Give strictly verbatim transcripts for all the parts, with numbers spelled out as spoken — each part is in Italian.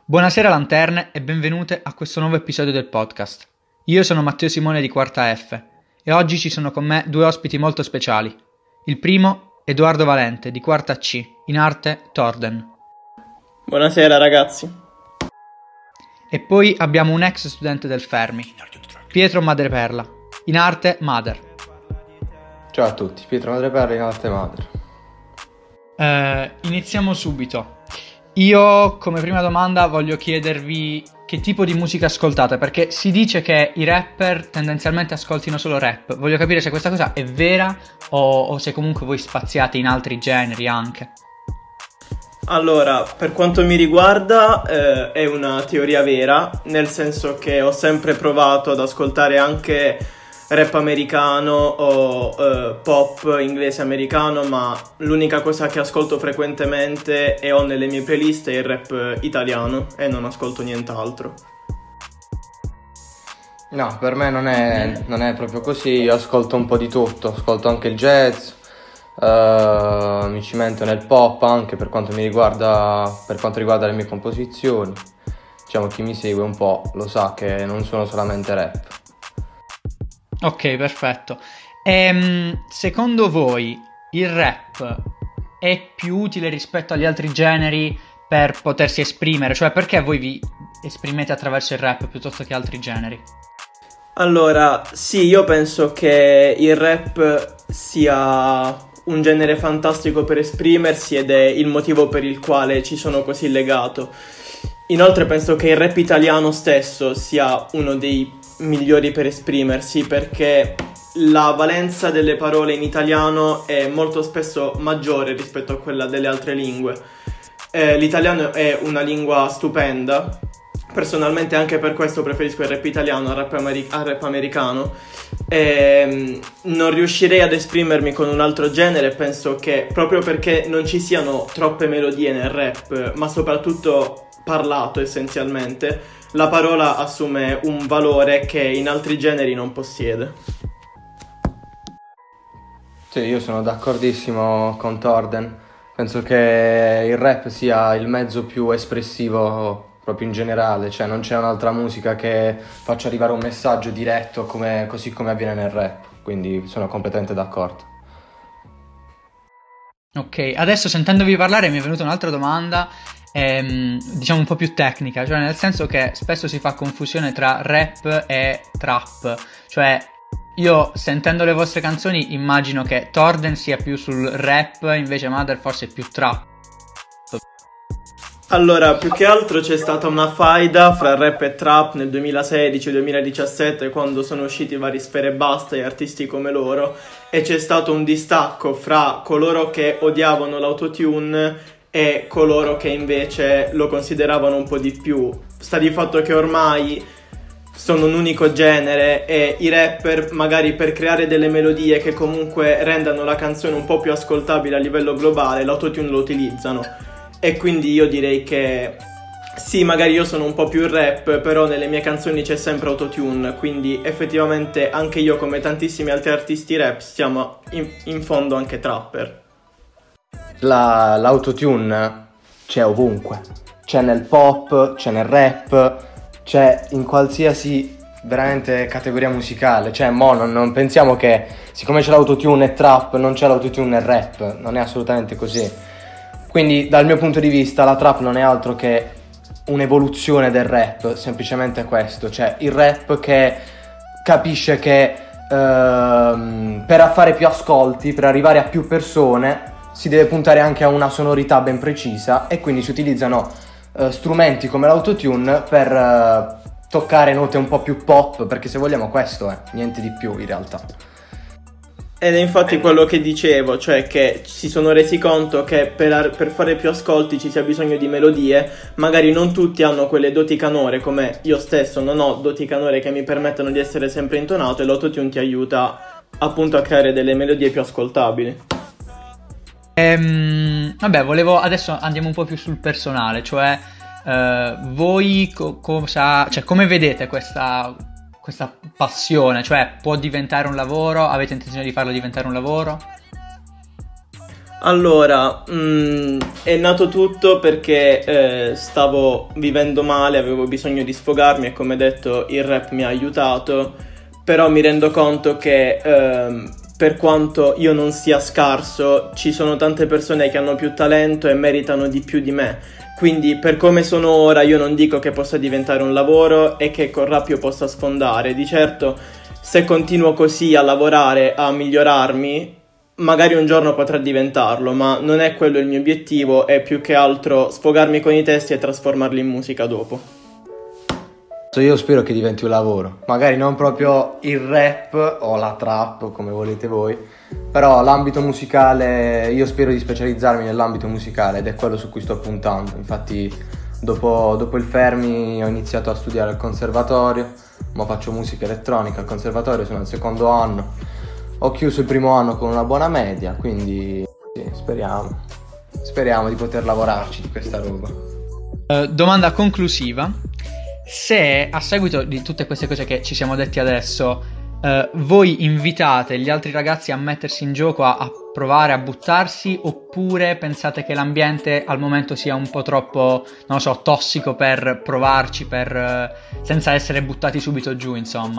Buonasera lanterne e benvenute a questo nuovo episodio del podcast. Io sono Matteo Simone di Quarta F e oggi ci sono con me due ospiti molto speciali. Il primo, Edoardo Valente di Quarta C, in arte Torden. Buonasera ragazzi. E poi abbiamo un ex studente del Fermi, Pietro Madreperla, in arte Mader. Ciao a tutti, Pietro Madreperla in arte Mader. Eh, iniziamo subito. Io come prima domanda voglio chiedervi che tipo di musica ascoltate, perché si dice che i rapper tendenzialmente ascoltino solo rap. Voglio capire se questa cosa è vera o, o se comunque voi spaziate in altri generi anche. Allora, per quanto mi riguarda eh, è una teoria vera, nel senso che ho sempre provato ad ascoltare anche rap americano o eh, pop inglese americano, ma l'unica cosa che ascolto frequentemente e ho nelle mie playlist è il rap italiano e non ascolto nient'altro. No, per me non è, non è proprio così, io ascolto un po' di tutto, ascolto anche il jazz, uh, mi cimento nel pop anche per quanto mi riguarda, per quanto riguarda le mie composizioni. Diciamo, chi mi segue un po' lo sa che non sono solamente rap. Ok, perfetto. Ehm, secondo voi il rap è più utile rispetto agli altri generi per potersi esprimere? Cioè, perché voi vi esprimete attraverso il rap piuttosto che altri generi? Allora, sì, io penso che il rap sia un genere fantastico per esprimersi ed è il motivo per il quale ci sono così legato. Inoltre penso che il rap italiano stesso sia uno dei migliori per esprimersi, perché la valenza delle parole in italiano è molto spesso maggiore rispetto a quella delle altre lingue. Eh, l'italiano è una lingua stupenda, personalmente anche per questo preferisco il rap italiano al rap, ameri- al rap americano. E non riuscirei ad esprimermi con un altro genere, penso che proprio perché non ci siano troppe melodie nel rap, ma soprattutto parlato essenzialmente, la parola assume un valore che in altri generi non possiede. Sì, io sono d'accordissimo con Torden, penso che il rap sia il mezzo più espressivo proprio in generale, cioè non c'è un'altra musica che faccia arrivare un messaggio diretto come, così come avviene nel rap, quindi sono completamente d'accordo. Ok, adesso sentendovi parlare mi è venuta un'altra domanda, ehm, diciamo un po' più tecnica, cioè nel senso che spesso si fa confusione tra rap e trap, cioè io sentendo le vostre canzoni immagino che Torden sia più sul rap, invece Mother forse è più trap. Allora, più che altro c'è stata una faida fra rap e trap nel duemilasedici duemiladiciassette, quando sono usciti vari Sfera Ebbasta e artisti come loro, e c'è stato un distacco fra coloro che odiavano l'autotune e coloro che invece lo consideravano un po' di più. Sta di fatto che ormai sono un unico genere e i rapper, magari per creare delle melodie che comunque rendano la canzone un po' più ascoltabile a livello globale, l'autotune lo utilizzano. E quindi io direi che sì, magari io sono un po' più rap, però nelle mie canzoni c'è sempre autotune, quindi effettivamente anche io, come tantissimi altri artisti rap, siamo in, in fondo anche trapper. La, l'autotune c'è ovunque, c'è nel pop, c'è nel rap, c'è in qualsiasi veramente categoria musicale, cioè mo non, non pensiamo che siccome c'è l'autotune e trap non c'è l'autotune e rap, non è assolutamente così. Quindi dal mio punto di vista la trap non è altro che un'evoluzione del rap, semplicemente questo, cioè il rap che capisce che ehm, per fare più ascolti, per arrivare a più persone, si deve puntare anche a una sonorità ben precisa e quindi si utilizzano eh, strumenti come l'autotune per eh, toccare note un po' più pop, perché se vogliamo questo è, niente di più in realtà. Ed è infatti quello che dicevo, cioè che si sono resi conto che per, per fare più ascolti ci sia bisogno di melodie. Magari non tutti hanno quelle doti canore, come io stesso non ho doti canore che mi permettono di essere sempre intonato, e l'autotune ti aiuta appunto a creare delle melodie più ascoltabili. Ehm, vabbè, volevo adesso andiamo un po' più sul personale, cioè eh, voi co- cosa, cioè come vedete questa questa passione, cioè può diventare un lavoro? Avete intenzione di farlo diventare un lavoro? Allora, mh, è nato tutto perché eh, stavo vivendo male, avevo bisogno di sfogarmi e come detto il rap mi ha aiutato, però mi rendo conto che ehm, per quanto io non sia scarso, ci sono tante persone che hanno più talento e meritano di più di me. Quindi per come sono ora io non dico che possa diventare un lavoro e che col rap io possa sfondare. Di certo, se continuo così a lavorare, a migliorarmi, magari un giorno potrà diventarlo, ma non è quello il mio obiettivo, è più che altro sfogarmi con i testi e trasformarli in musica dopo. Io spero che diventi un lavoro, magari non proprio il rap o la trap come volete voi, però l'ambito musicale, io spero di specializzarmi nell'ambito musicale ed è quello su cui sto puntando. Infatti dopo, dopo il Fermi ho iniziato a studiare al conservatorio, ma faccio musica elettronica al conservatorio, sono al secondo anno. Ho chiuso il primo anno con una buona media, quindi sì, speriamo, speriamo di poter lavorarci di questa roba. Uh, domanda conclusiva: se a seguito di tutte queste cose che ci siamo detti adesso, uh, voi invitate gli altri ragazzi a mettersi in gioco, a, a provare a buttarsi, oppure pensate che l'ambiente al momento sia un po' troppo, non lo so, tossico per provarci, per, uh, senza essere buttati subito giù, insomma?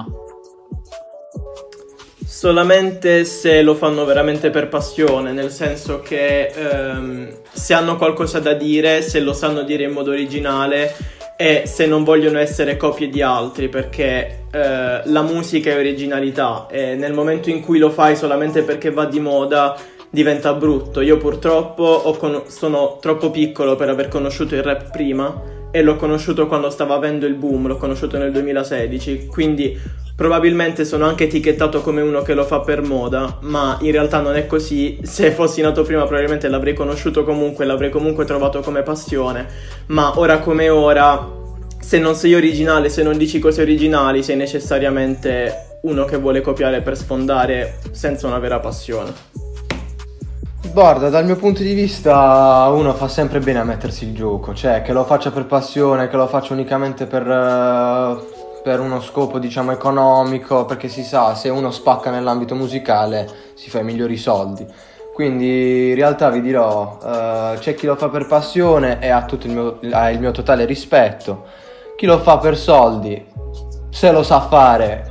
Solamente se lo fanno veramente per passione, nel senso che ehm, se hanno qualcosa da dire, se lo sanno dire in modo originale e se non vogliono essere copie di altri, perché eh, la musica è originalità e nel momento in cui lo fai solamente perché va di moda diventa brutto. Io purtroppo ho con- sono troppo piccolo per aver conosciuto il rap prima e l'ho conosciuto quando stava avendo il boom, l'ho conosciuto nel duemilasedici, quindi probabilmente sono anche etichettato come uno che lo fa per moda, ma in realtà non è così. Se fossi nato prima probabilmente l'avrei conosciuto comunque, l'avrei comunque trovato come passione, ma ora come ora, se non sei originale, se non dici cose originali, sei necessariamente uno che vuole copiare per sfondare senza una vera passione. Guarda, dal mio punto di vista uno fa sempre bene a mettersi il gioco, cioè che lo faccia per passione, che lo faccia unicamente per... Uh... per uno scopo diciamo economico, perché si sa, se uno spacca nell'ambito musicale si fa i migliori soldi. Quindi in realtà vi dirò, uh, c'è chi lo fa per passione e ha tutto il mio, ha il mio totale rispetto. Chi lo fa per soldi, se lo sa fare,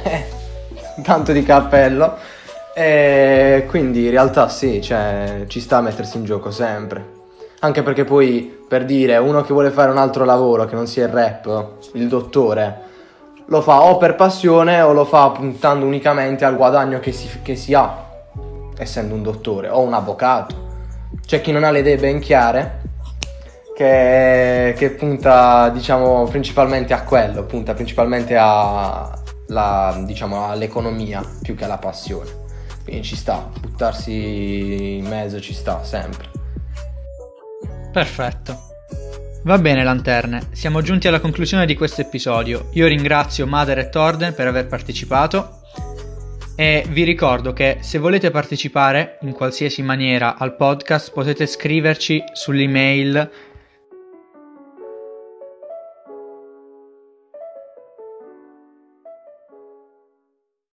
tanto di cappello. E quindi in realtà sì, cioè, ci sta a mettersi in gioco sempre. Anche perché poi, per dire, uno che vuole fare un altro lavoro che non sia il rap, il dottore, lo fa o per passione o lo fa puntando unicamente al guadagno che si, che si ha, essendo un dottore o un avvocato. C'è chi non ha le idee ben chiare, che, che punta, diciamo, principalmente a quello, punta principalmente a, la, diciamo, all'economia più che alla passione. Quindi ci sta, buttarsi in mezzo ci sta sempre. Perfetto. Va bene lanterne, siamo giunti alla conclusione di questo episodio. Io ringrazio Mader e Torden per aver partecipato e vi ricordo che se volete partecipare in qualsiasi maniera al podcast potete scriverci sull'email